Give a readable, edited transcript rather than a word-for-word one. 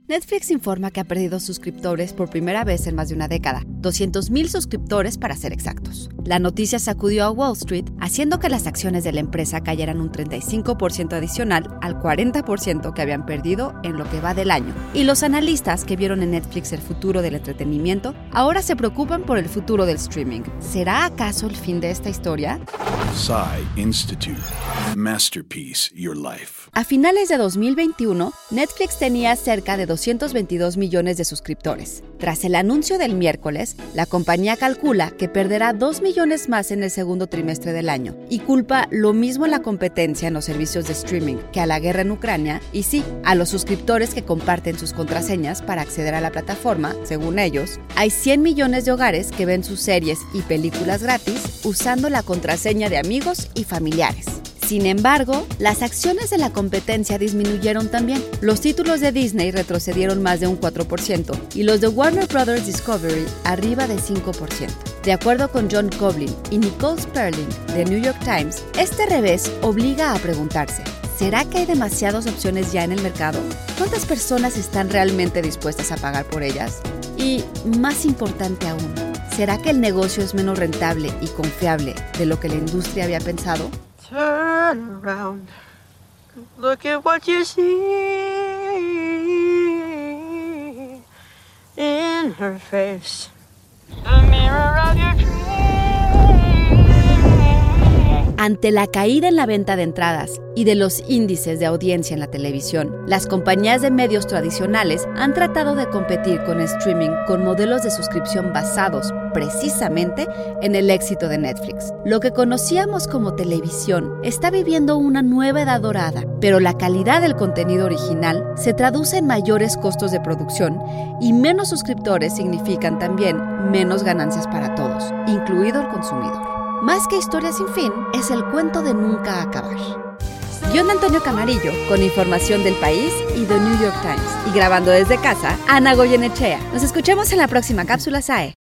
Netflix informa que ha perdido suscriptores por primera vez en más de una década, 200,000 suscriptores para ser exactos. La noticia sacudió a Wall Street, haciendo que las acciones de la empresa cayeran un 35% adicional al 40% que habían perdido en lo que va del año. Y los analistas que vieron en Netflix el futuro del entretenimiento, ahora se preocupan por el futuro del streaming. ¿Será acaso el fin de esta historia? Psy Institute. Masterpiece Your Life. A finales de 2021, Netflix tenía cerca de 222 millones de suscriptores. Tras el anuncio del miércoles, la compañía calcula que perderá 2 millones más en el segundo trimestre del año y culpa lo mismo a la competencia en los servicios de streaming que a la guerra en Ucrania y sí, a los suscriptores que comparten sus contraseñas para acceder a la plataforma. Según ellos, hay 100 millones de hogares que ven sus series y películas gratis usando la contraseña de amigos y familiares. Sin embargo, las acciones de la competencia disminuyeron también. Los títulos de Disney retrocedieron más de un 4% y los de Warner Bros. Discovery arriba de 5%. De acuerdo con John Coblin y Nicole Sperling de New York Times, este revés obliga a preguntarse: ¿será que hay demasiadas opciones ya en el mercado? ¿Cuántas personas están realmente dispuestas a pagar por ellas? Y, más importante aún, ¿será que el negocio es menos rentable y confiable de lo que la industria había pensado? Turn around, look at what you see in her face, the mirror of your dreams. Ante la caída en la venta de entradas y de los índices de audiencia en la televisión, las compañías de medios tradicionales han tratado de competir con streaming con modelos de suscripción basados precisamente en el éxito de Netflix. Lo que conocíamos como televisión está viviendo una nueva edad dorada, pero la calidad del contenido original se traduce en mayores costos de producción y menos suscriptores significan también menos ganancias para todos, incluido el consumidor. Más que Historia sin fin, es el cuento de nunca acabar. Guión de Antonio Camarillo, con información del País y The New York Times. Y grabando desde casa, Ana Goyenechea. Nos escuchamos en la próxima cápsula SAE.